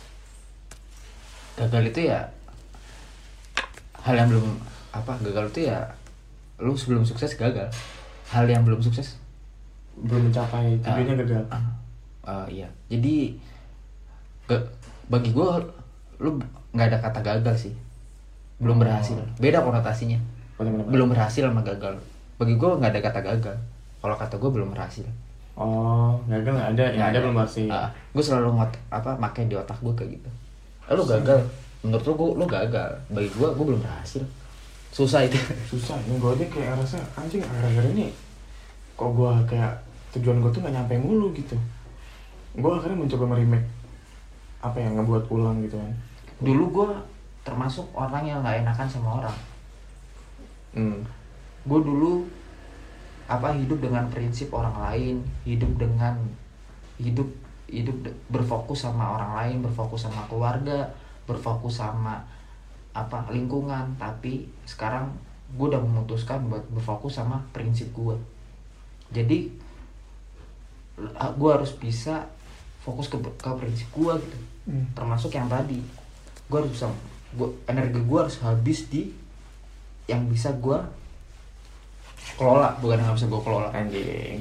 Gagal itu ya hal yang belum gagal itu ya lu sebelum sukses gagal. Hal yang belum sukses, belum mencapai tujuannya gagal. Iya. Jadi bagi gue lu nggak ada kata gagal sih. Belum berhasil. Beda konotasinya. Belum berhasil sama gagal. Bagi gue nggak ada kata gagal. Kalau kata gue belum berhasil. Oh, gagal nggak ada, yang ada belum berhasil. Gue selalu pakai di otak gue kayak gitu. Lu gagal, menurut lu gagal. Bagi gue belum berhasil. Susah itu. Susah. Ini gue aja kayak ngerasa anjing akhir-akhir ini kok gue kayak tujuan gue tuh nggak nyampe mulu gitu. Gue akhirnya mencoba meremake apa yang ngebuat ulang gitu kan. Dulu gue termasuk orang yang nggak enakan sama orang. Gue dulu hidup dengan prinsip orang lain, hidup berfokus sama orang lain, berfokus sama keluarga, berfokus sama lingkungan. Tapi sekarang gue udah memutuskan buat berfokus sama prinsip gue. Jadi gue harus bisa fokus ke prinsip gue gitu. Termasuk yang tadi, gue harus bisa, energi gue harus habis di yang bisa gue kelola, bukan yang bisa gue kelola. Anjing.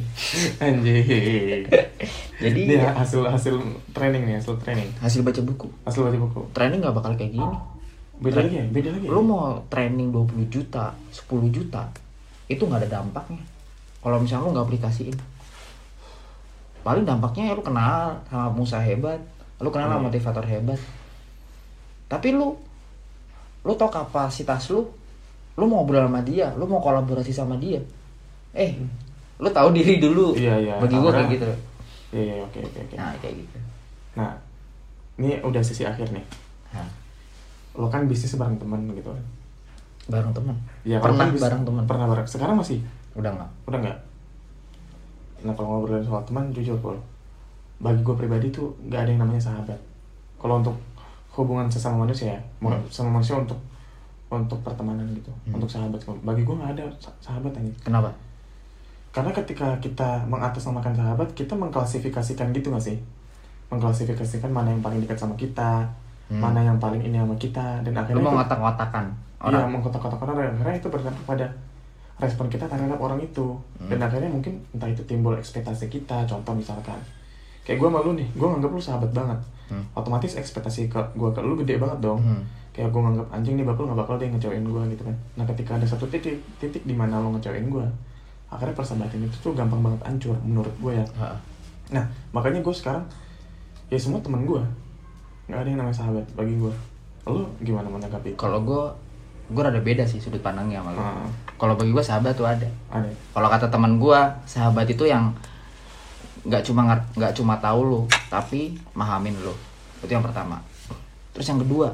Jadi dia hasil training nih, hasil baca buku. Training nggak bakal kayak gini. Beda lagi. Lu mau training 20 juta, 10 juta, itu nggak ada dampaknya kalau misalnya lu nggak aplikasiin. Paling dampaknya ya lu kenal sama pengusaha hebat, lu kenal sama motivator hebat. Tapi lu tau kapasitas lu mau ngobrol sama dia, lu mau kolaborasi sama dia. Lu tahu diri dulu. Iya. Bagi gua kayak gitu. Iya, oke. Nah, kayak gitu. Nah, ini udah sesi akhir nih. Lo kan bisnis bareng teman gitu kan? Bareng teman? Ya, pernah kan bareng teman. Pernah bareng. Sekarang masih? Udah nggak? Nah, kalau ngobrolin soal teman, jujur Paul, bagi gue pribadi tuh nggak ada yang namanya sahabat. Kalau untuk hubungan sesama manusia ya, sama manusia untuk pertemanan gitu, untuk sahabat, bagi gue nggak ada sahabat aja. Kenapa? Karena ketika kita mengatasnamakan sahabat, kita mengklasifikasikan gitu nggak sih? Mengklasifikasikan mana yang paling dekat sama kita, mana yang paling ini sama kita, dan akhirnya lu mau ngotak-ngotakan orang. Iya, mengkotak-kotakan orang. Akhirnya itu berdampak pada respon kita terhadap orang itu, dan akhirnya mungkin entah itu timbul ekspektasi kita. Contoh misalkan kayak gue sama lu nih, gue nganggap lu sahabat banget, otomatis ekspektasi gue ke lu gede banget dong. Kayak gue nganggap anjing nih bapak lu nggak bakal dia ngecewain gue gitu kan. Nah, ketika ada satu titik di mana lo ngecewain gue, akhirnya persahabatan itu tuh gampang banget hancur menurut gue ya. Nah, makanya gue sekarang ya semua teman gue, nggak ada yang namanya sahabat bagi gue. Lo gimana menanggapi? Kalau gue rada beda sih sudut pandangnya sama lo. Kalau bagi gue sahabat tuh ada. Kalau kata teman gue, sahabat itu yang nggak cuma tahu lo, tapi mahamin lo. Itu yang pertama. Terus yang kedua,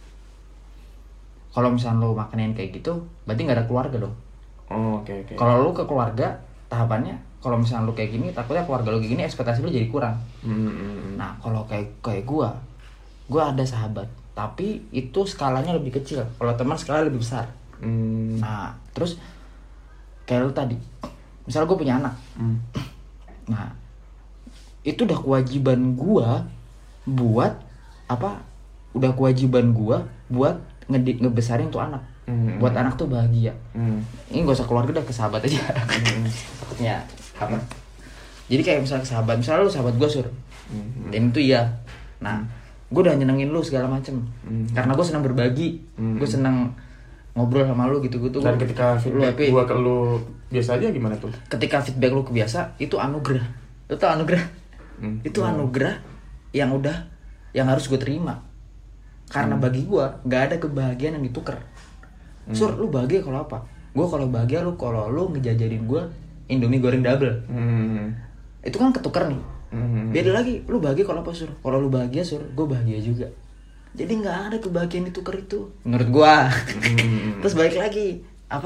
kalau misalnya lo makanin kayak gitu, berarti nggak ada keluarga dong. Oke. Kalau lo ke keluarga, tahapannya kalau misalnya lo kayak gini, takutnya keluarga lo kayak gini, ekspektasi lo jadi kurang. Nah, kalau kayak gue ada sahabat, tapi itu skalanya lebih kecil. Kalau teman skala lebih besar. Nah, terus kayak lo tadi, misalnya gue punya anak. Nah, itu udah kewajiban gue buat udah kewajiban gue buat ngebesarin tuh anak. Buat anak tuh bahagia. Ini gak usah keluarga, udah ke sahabat aja. Takutnya apa? Jadi kayak misalnya sahabat, misalnya lu sahabat gue Sur, dan itu iya. Nah, gue udah nyenengin lu segala macem, karena gue senang berbagi, gue senang ngobrol sama lu gitu. Dan ketika feedback gue ke lu biasa aja gimana tuh? Ketika feedback lu kebiasa, itu anugerah. Lu tau anugerah? Itu anugerah yang harus gue terima. Karena bagi gue nggak ada kebahagiaan yang ditukar. Sur, lu bahagia kalau apa? Gue kalau bahagia kalau lu ngejajarin gue Indomie goreng double. Itu kan ketukar nih. Beda lagi, lu bahagia kalau apa Sur? Kalau lu bahagia Sur, gue bahagia juga. Jadi nggak ada kebahagiaan ditukar itu menurut gue. Terus balik lagi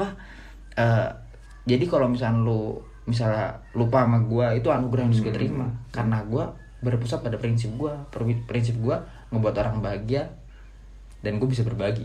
jadi kalau misalnya lupa sama gue, itu anugerah yang harus gue terima. Karena gue berpusat pada prinsip gue. Prinsip gue ngebuat orang bahagia, dan gue bisa berbagi.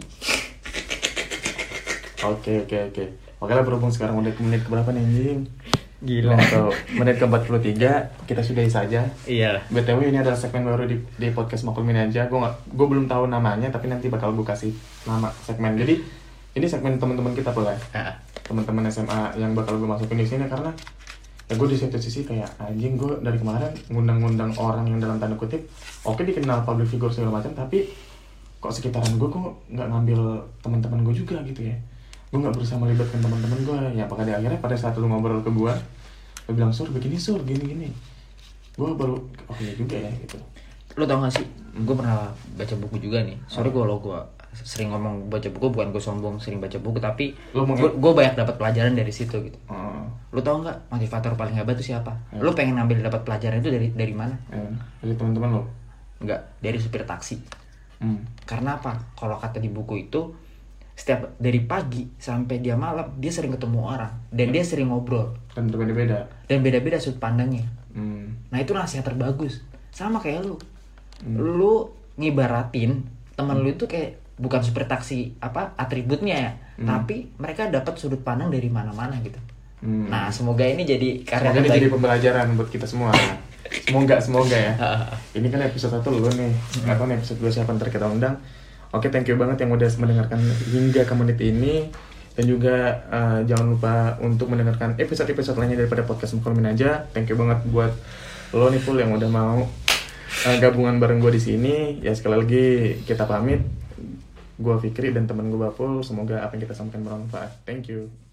Oke. Makanya berhubung sekarang udah menit keberapa nih anjing? Gila. Atau menit ke-43, kita sudahi saja. Iya. BTW ini adalah segmen baru di podcast Maklumin aja. Gue belum tahu namanya, tapi nanti bakal gue kasih nama segmen. Jadi ini segmen teman-teman kita pula. Teman-teman SMA yang bakal gue masukin di sini, karena ya gue di satu sisi kayak anjing, gue dari kemarin ngundang-ngundang orang yang dalam tanda kutip oke dikenal public figure segala macam, tapi kok sekitaran gue kok nggak ngambil teman-teman gue juga gitu ya. Gue nggak berusaha melibatkan teman-teman gue. Ya apakah akhirnya pada saat lu ngobrol ke gue bilang Sur begini Sur gini gue baru ya juga ya gitu. Lo tau gak sih, gue pernah baca buku juga nih. Sorry gue sering ngomong baca buku, bukan gue sombong sering baca buku, tapi gue banyak dapat pelajaran dari situ gitu. Lo tau nggak motivator paling hebat itu siapa? Lo pengen ambil dapat pelajaran itu dari mana? Dari teman-teman lo? Enggak, dari supir taksi. Karena apa? Kalau kata di buku itu, setiap dari pagi sampai dia malam dia sering ketemu orang, dan dia sering ngobrol, dan berbeda-beda, sudut pandangnya. Nah, itu nasihat terbagus. sama kayak lu ngibaratin teman lu itu kayak bukan super taksi atributnya ya, tapi mereka dapat sudut pandang dari mana-mana gitu. Nah, semoga ini jadi semoga ini jadi pembelajaran buat kita semua. Semoga ya. Ini kan episode 1 lu nih. Enggak tahu nih episode 2 siapa ntar kita undang. Oke, thank you banget yang udah mendengarkan hingga ke menit ini. Dan juga jangan lupa untuk mendengarkan episode-episode lainnya daripada podcast Mukalamin aja. Thank you banget buat lo nih Pul yang udah mau gabungan bareng gue di sini. Ya sekali lagi kita pamit. Gue Fikri dan teman gue Bapul. Semoga apa yang kita sampaikan bermanfaat. Thank you.